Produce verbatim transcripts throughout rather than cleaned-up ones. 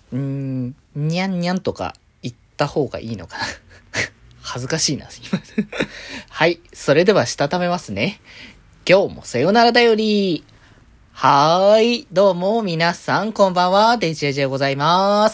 うーん、にゃんにゃんとか言った方がいいのかな。恥ずかしいな、今。はい、それではしたためますね。今日もさよならだより。はーい、どうも皆さんこんばんは、デジェジェでございます。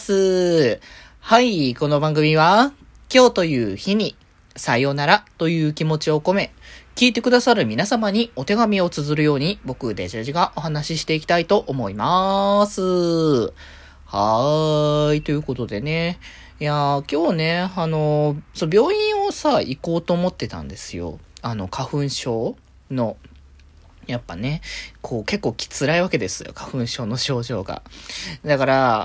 はい、この番組は、今日という日に、さよならという気持ちを込め、聞いてくださる皆様にお手紙を綴るように、僕デジェジェがお話ししていきたいと思います。はーい、ということでね、いやー、今日ね、あのー、そう、病院をさ、行こうと思ってたんですよ。あの、花粉症の、やっぱね、こう結構きつらいわけですよ。花粉症の症状が。だから、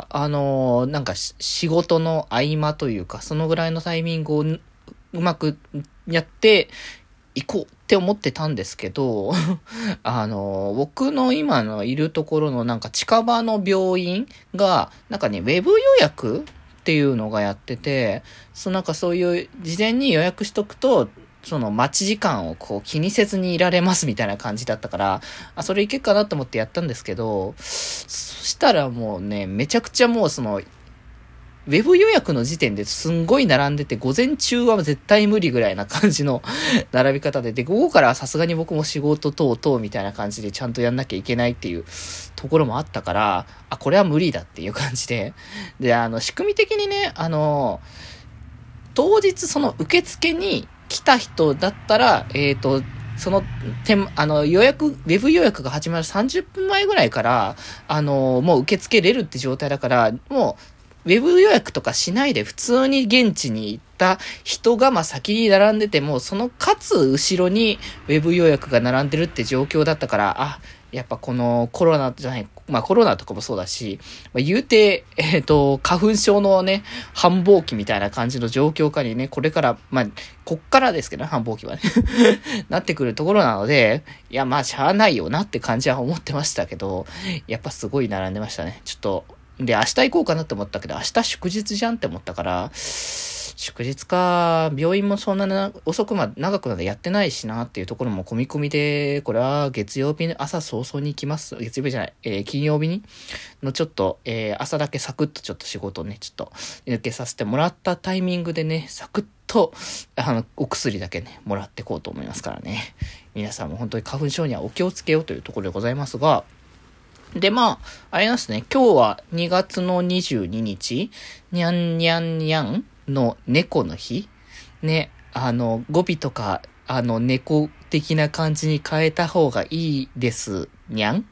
あのー、なんか仕事の合間というか、そのぐらいのタイミングをうまくやって行こうって思ってたんですけど、あのー、僕の今のいるところのなんか近場の病院が、なんかね、ウェブ予約っていうのがやってて、そうなんかそういう事前に予約しとくと、その待ち時間をこう気にせずにいられますみたいな感じだったから、あ、それいけっかなと思ってやったんですけど、そしたらもうね、めちゃくちゃもうその、ウェブ予約の時点ですんごい並んでて、午前中は絶対無理ぐらいな感じの並び方で、で、午後からはさすがに僕も仕事等々みたいな感じでちゃんとやんなきゃいけないっていうところもあったから、あ、これは無理だっていう感じで。で、あの、仕組み的にね、あの、当日その受付に来た人だったら、えっと、その、あの、予約、ウェブ予約が始まるさんじゅっぷんまえぐらいから、あの、もう受け付けれるって状態だから、もう、ウェブ予約とかしないで普通に現地に行った人がまあ先に並んでても、そのかつ後ろにウェブ予約が並んでるって状況だったから、あ、やっぱこのコロナじゃない、まあコロナとかもそうだし、まあ、言うて、えっと、花粉症のね、繁忙期みたいな感じの状況下にね、これから、まあ、こっからですけどね、繁忙期はね、なってくるところなので、いや、まあ、しゃあないよなって感じは思ってましたけど、やっぱすごい並んでましたね。ちょっと、で、明日行こうかなって思ったけど、明日祝日じゃんって思ったから、祝日か、病院もそんなな遅くまで長くまでやってないしなっていうところも込み込みで、これは月曜日の朝早々に行きます。月曜日じゃない、えー、金曜日にのちょっと、えー、朝だけサクッとちょっと仕事をね、ちょっと抜けさせてもらったタイミングでね、サクッと、あの、お薬だけね、もらっていこうと思いますからね。皆さんも本当に花粉症にはお気をつけようというところでございますが、で、まあ、あれなんですね。今日はにがつのにじゅうににち、にゃんにゃんにゃんの猫の日ね、あの、語尾とか、あの、猫的な感じに変えた方がいいです。にゃん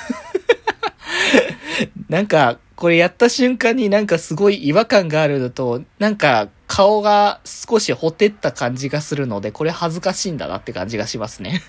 なんか、これやった瞬間になんかすごい違和感があるのと、なんか顔が少しほてった感じがするので、これ恥ずかしいんだなって感じがしますね。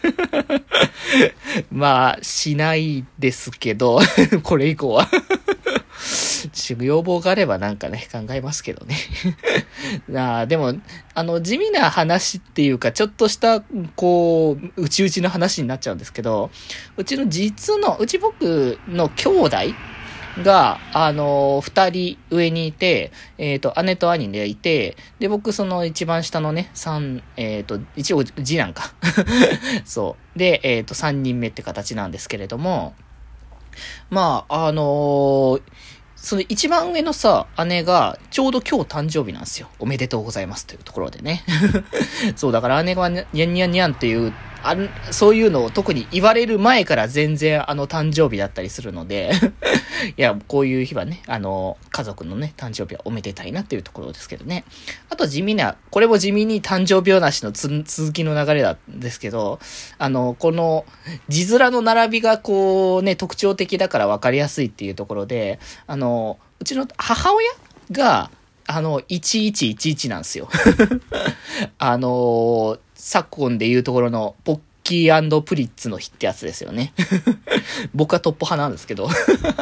まあ、しないですけど、これ以降は。要望があればなんかね、考えますけどね。あでも、あの、地味な話っていうか、ちょっとした、こう、うちうちの話になっちゃうんですけど、うちの実の、うち僕の兄弟が、あのー、二人上にいて、えっと、姉と兄でいて、で、僕その一番下のね、三、えっと、一応次男か。そう。で、えっと、三人目って形なんですけれども、まあ、あのー、その一番上のさ、姉がちょうど今日誕生日なんですよ。おめでとうございますというところでね。そう、だから姉がにゃんにゃんにゃんっていう、あそういうのを特に言われる前から全然あの誕生日だったりするので、いや、こういう日はね、あの、家族のね、誕生日はおめでたいなっていうところですけどね。あと地味な、これも地味に誕生日話のつ続きの流れなんですけど、あの、この字面の並びがこうね、特徴的だから分かりやすいっていうところで、あの、うちの母親が、あの、いちいちいちいちなんですよ。あの、昨今でいうところの、ポッキー&プリッツの日ってやつですよね。僕はトップ派なんですけど。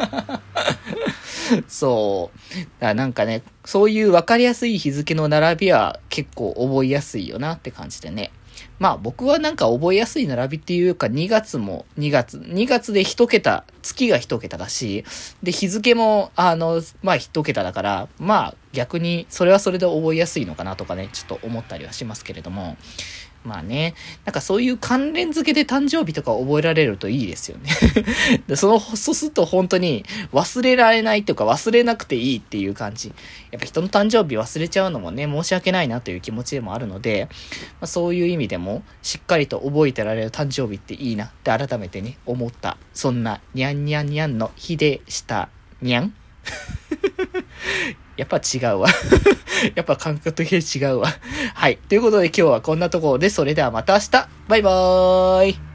そう。だからなんかね、そういう分かりやすい日付の並びは結構覚えやすいよなって感じでね。まあ僕はなんか覚えやすい並びっていうかにがつもにがつ、にがつで一桁、月が一桁だし、で日付もあの、まあ一桁だから、まあ逆にそれはそれで覚えやすいのかなとかね、ちょっと思ったりはしますけれども、 まあね、なんかそういう関連付けで誕生日とか覚えられるといいですよね。でその、そうすると本当に忘れられないというか忘れなくていいっていう感じ。やっぱ人の誕生日忘れちゃうのもね、申し訳ないなという気持ちでもあるので、まあ、そういう意味でもしっかりと覚えてられる誕生日っていいなって改めてね、思った。そんなにゃんにゃんにゃんの日でした。にゃんやっぱ違うわ。やっぱ感覚的に違うわ。はい。ということで今日はこんなところで、それではまた明日バイバーイ